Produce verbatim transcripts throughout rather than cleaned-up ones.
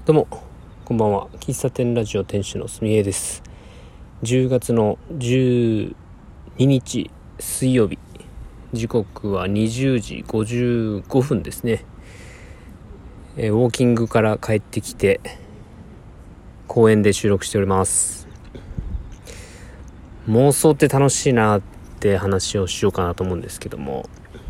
どうもこんばんは。喫茶店ラジオ店主のすみえです。じゅうがつのじゅうににち水曜日、時刻はにじゅうじごじゅうごふんですね。えー、ウォーキングから帰ってきて公園で収録しております。妄想って楽しいなって話をしようかなと思うんですけども、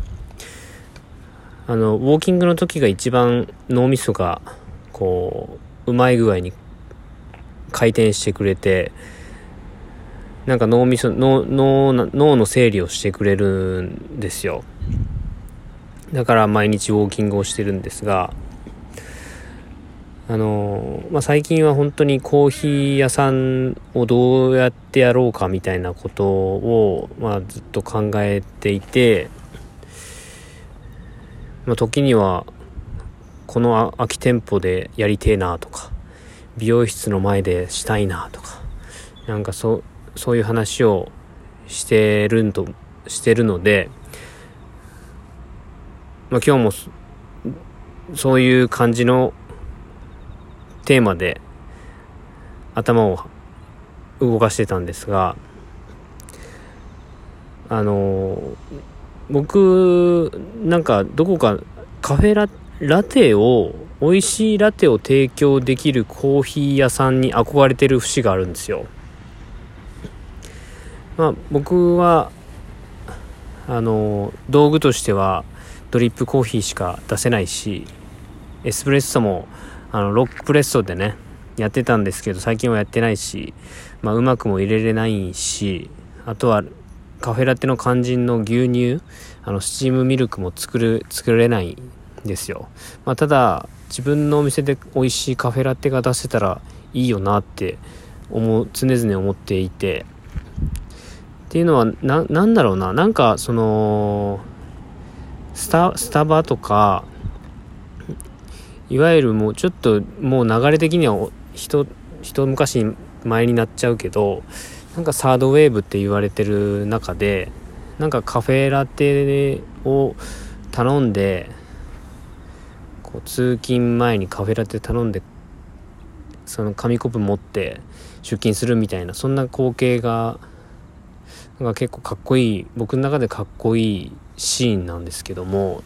あのウォーキングの時が一番脳みそがこううまい具合に回転してくれて、なんか脳みそ脳脳脳の整理をしてくれるんですよ。だから毎日ウォーキングをしてるんですが、あのまあ、最近は本当にコーヒー屋さんをどうやってやろうかみたいなことを、まあ、ずっと考えていて、まあ、時にはこの空き店舗でやりてえなとか、美容室の前でしたいなとか、なんかそうそういう話をしてるんとしてるので、まあ、今日もそういう感じのテーマで頭を動かしてたんですが、あの僕なんかどこかカフェララテを美味しいラテを提供できるコーヒー屋さんに憧れてる節があるんですよ。まあ僕はあの道具としてはドリップコーヒーしか出せないし、エスプレッソもあのロックプレッソでねやってたんですけど、最近はやってないし、まあうまくも入れれないし、あとはカフェラテの肝心の牛乳、あのスチームミルクも作る作れないんですよ。まあ、ただ自分のお店で美味しいカフェラテが出せたらいいよなって思う常々思っていて、っていうのはな、なんだろうな、なんかそのスタ、スタバとかいわゆるもうちょっともう流れ的には一一昔前になっちゃうけど、なんかサードウェーブって言われてる中で、なんかカフェラテを頼んでこう通勤前にカフェラテ頼んでその紙コップ持って出勤するみたいな、そんな光景がなんか結構かっこいい、僕の中でかっこいいシーンなんですけども、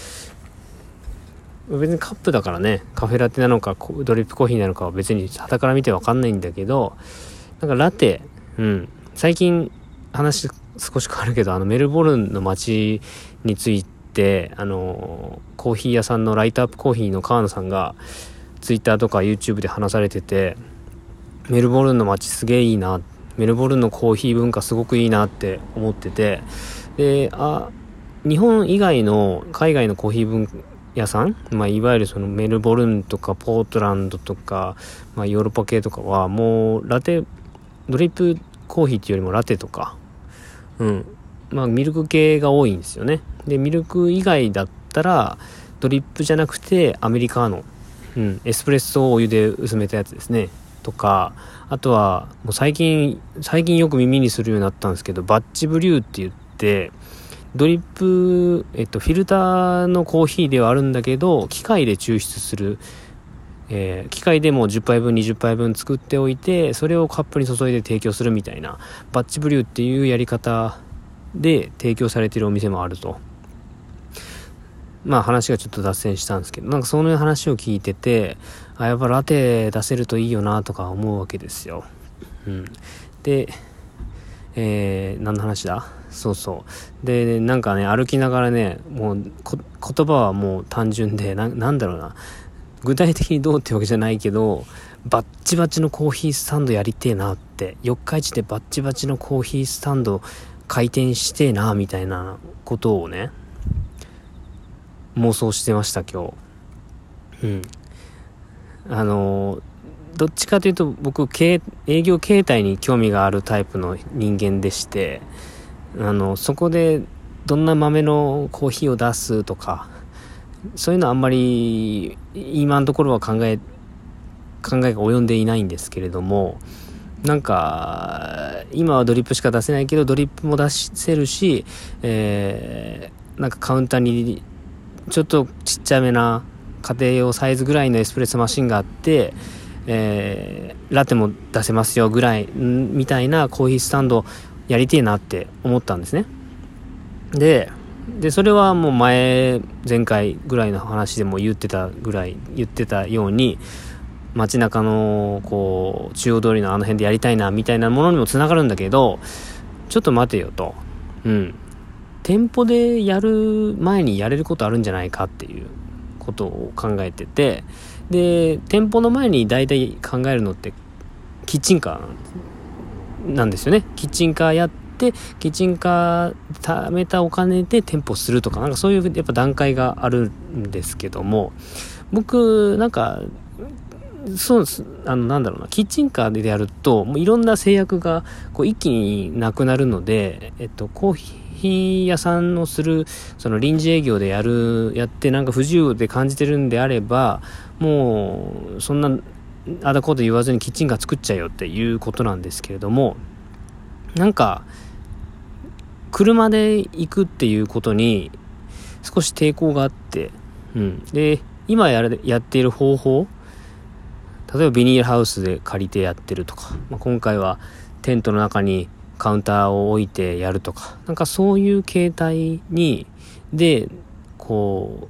別にカップだからね、カフェラテなのかドリップコーヒーなのかは別に傍から見て分かんないんだけど、なんかラテ、うん、最近話少し変わるけど、あのメルボルンの街についてあのコーヒー屋さんのライトアップコーヒーの川野さんがツイッターとか YouTube で話されてて、メルボルンの街すげえいいな、メルボルンのコーヒー文化すごくいいなって思ってて、で、あ、日本以外の海外のコーヒー文化屋さん、まあ、いわゆるそのメルボルンとかポートランドとか、まあ、ヨーロッパ系とかはもうラテドリップコーヒーっていうよりもラテとか、うんまあ、ミルク系が多いんですよね。でミルク以外だったらドリップじゃなくてアメリカーノ、うん、エスプレッソをお湯で薄めたやつですねとか、あとはもう最近最近よく耳にするようになったんですけど、バッチブリューって言ってドリップ、えっと、フィルターのコーヒーではあるんだけど機械で抽出する、えー、機械でもじゅっぱいぶんにじゅっぱいぶん作っておいて、それをカップに注いで提供するみたいなバッチブリューっていうやり方で提供されているお店もあると。まあ話がちょっと脱線したんですけど、なんかその話を聞いてて、あ、やっぱラテ出せるといいよなとか思うわけですよ。うん、で、えー、何の話だ？そうそうで、なんかね歩きながらね、もうこ言葉はもう単純で、な、なんだろうな、具体的にどうってわけじゃないけど、バッチバチのコーヒースタンドやりてえなって、四日市でバッチバチのコーヒースタンド開店してえなみたいなことをね妄想してました今日。うんあのどっちかというと僕営業形態に興味があるタイプの人間でして、あのそこでどんな豆のコーヒーを出すとか、そういうのはあんまり今のところは考え考えが及んでいないんですけれども、なんか今はドリップしか出せないけどドリップも出せるし、えー、なんかカウンターにちょっとちっちゃめな家庭用サイズぐらいのエスプレッソマシンがあって、えー、ラテも出せますよぐらいみたいなコーヒースタンドやりてえなって思ったんですね。ででそれはもう前前回ぐらいの話でも言ってたぐらい言ってたように、街中のこう中央通りのあの辺でやりたいなみたいなものにもつながるんだけど、ちょっと待てよと、うん店舗でやる前にやれることあるんじゃないかっていうことを考えてて、で店舗の前に大体考えるのってキッチンカーなんですよね。キッチンカーやってキッチンカー貯めたお金で店舗するとか、なんかそういうやっぱ段階があるんですけども、僕なんかそうですあのなんだろうなキッチンカーでやるともういろんな制約がこう一気になくなるので、えっとコーヒー屋さんのするその臨時営業でやるやってなんか不自由で感じてるんであれば、もうそんなあだこうと言わずにキッチンカー作っちゃえよっていうことなんですけれども、なんか車で行くっていうことに少し抵抗があって、うん、で今やるやっている方法、例えばビニールハウスで借りてやってるとか、まあ、今回はテントの中にカウンターを置いてやるとか、なんかそういう形態にでこ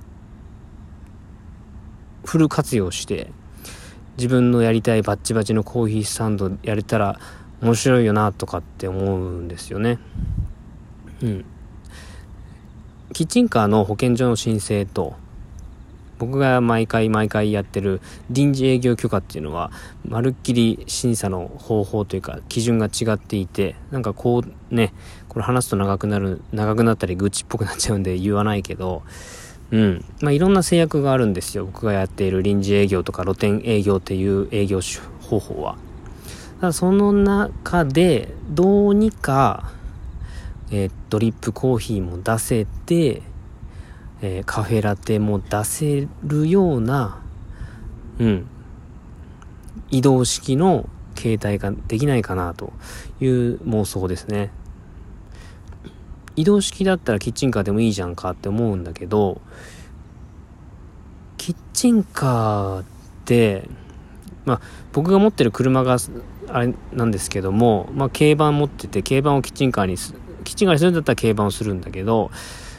うフル活用して自分のやりたいバッチバチのコーヒースタンドやれたら面白いよなとかって思うんですよね。うん、キッチンカーの保健所の申請と僕が毎回毎回やってる臨時営業許可っていうのはまるっきり審査の方法というか基準が違っていて、なんかこうねこれ話すと長くなる長くなったり愚痴っぽくなっちゃうんで言わないけど、うんまあいろんな制約があるんですよ。僕がやっている臨時営業とか露店営業っていう営業方法は。ただその中でどうにかえー、ドリップコーヒーも出せて、えー、カフェラテも出せるような、うん、移動式の形態ができないかなという妄想ですね。移動式だったらキッチンカーでもいいじゃんかって思うんだけど、キッチンカーってまあ僕が持ってる車があれなんですけども、まあ軽バン持ってて軽バンをキッチンカーにすキッチンカーにするんだったら軽バンをするんだけど、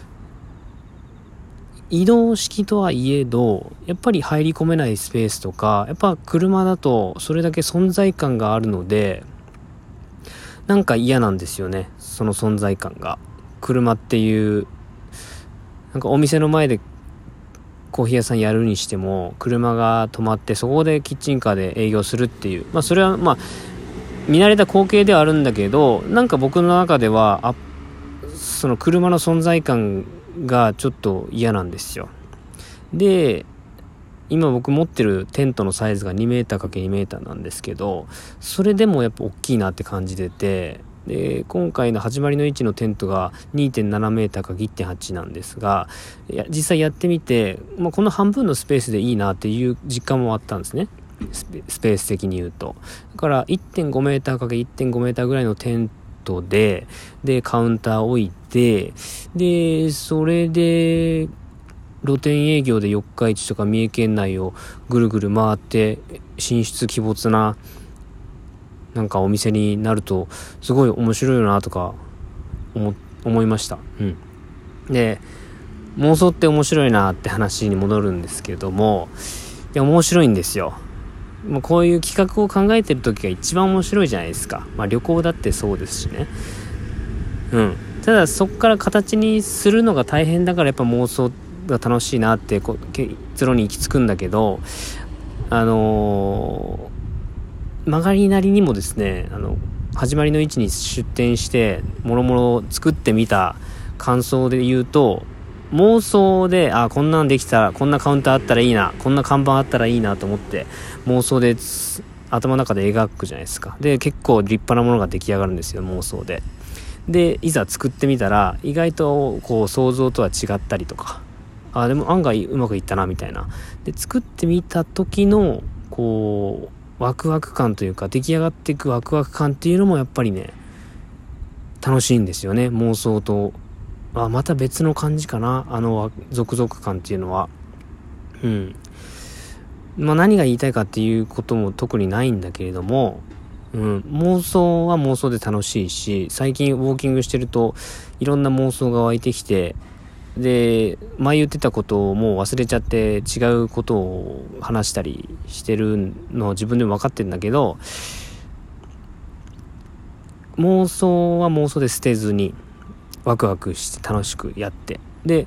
移動式とはいえどやっぱり入り込めないスペースとか、やっぱ車だとそれだけ存在感があるのでなんか嫌なんですよね。その存在感が車っていうなんかお店の前でコーヒー屋さんやるにしても車が止まってそこでキッチンカーで営業するっていう、まあそれはまあ見慣れた光景ではあるんだけど、なんか僕の中ではあその車の存在感がちょっと嫌なんですよ。で今僕持ってるテントのサイズがにメーターかけるにメーターなんですけど、それでもやっぱ大きいなって感じてて、で今回の始まりの位置のテントが にてんななメーターかけるいってんはち なんですが、いや実際やってみて、まあ、この半分のスペースでいいなっていう実感もあったんですね。スペ、スペース的に言うと、だから いってんごメーターかけるいってんごメーターぐらいのテントででカウンター置いて、でそれで露店営業で四日市とか三重県内をぐるぐる回って進出鬼没ななんかお店になるとすごい面白いなとか 思, 思いました。うん。で妄想って面白いなって話に戻るんですけども、いや面白いんですよ。もうこういう企画を考えてる時が一番面白いじゃないですか。まあ旅行だってそうですしね。うん。ただそこから形にするのが大変だからやっぱ妄想が楽しいなってこう結論に行き着くんだけど、あのー曲がりなりにもですね、あの始まりの位置に出店してもろもろ作ってみた感想で言うと、妄想であこんなんできたらこんなカウンターあったらいいな、こんな看板あったらいいなと思って妄想で頭の中で描くじゃないですか。で結構立派なものが出来上がるんですよ、妄想で。でいざ作ってみたら意外とこう想像とは違ったりとか、あでも案外うまくいったなみたいな。で作ってみた時のこうワクワク感というか出来上がっていくワクワク感っていうのもやっぱりね楽しいんですよね。妄想とあまた別の感じかな、あの続々感っていうのは。うんまあ何が言いたいかっていうことも特にないんだけれども、うん、妄想は妄想で楽しいし、最近ウォーキングしてるといろんな妄想が湧いてきて、で前言ってたことをもう忘れちゃって違うことを話したりしてるのを自分でも分かってるんだけど、妄想は妄想で捨てずにワクワクして楽しくやって、で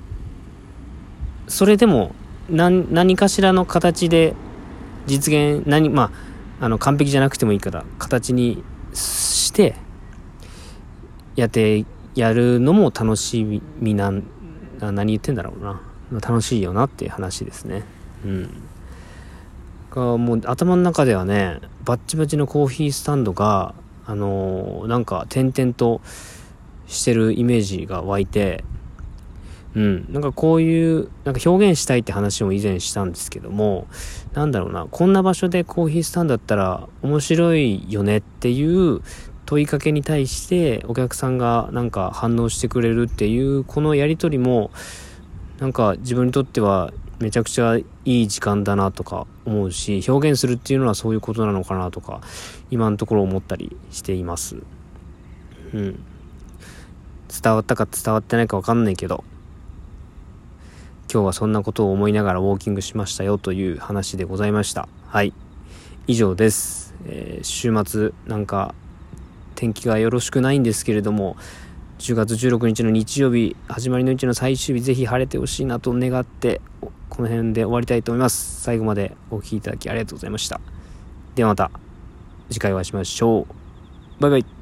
それでも 何, 何かしらの形で実現、何まああの完璧じゃなくてもいいから形にしてやってやるのも楽しみなん、何言ってんだろうな、楽しいよなっていう話ですね。うんがもう頭の中ではね、バッチバチのコーヒースタンドがあのー、なんか点々としてるイメージが湧いて、うん、なんかこういうなんか表現したいって話も以前したんですけども、なんだろうな、こんな場所でコーヒースタンドだったら面白いよねっていう問いかけに対してお客さんがなんか反応してくれるっていうこのやり取りもなんか自分にとってはめちゃくちゃいい時間だなとか思うし、表現するっていうのはそういうことなのかなとか今のところ思ったりしています。うん、伝わったか伝わってないか分かんないけど、今日はそんなことを思いながらウォーキングしましたよという話でございました。はい、以上です。えー、週末なんか天気がよろしくないんですけれども、じゅうがつじゅうろくにちの日曜日、始まりのうちの最終日、ぜひ晴れてほしいなと願ってこの辺で終わりたいと思います。最後までお聞きいただきありがとうございました。ではまた次回お会いしましょう。バイバイ。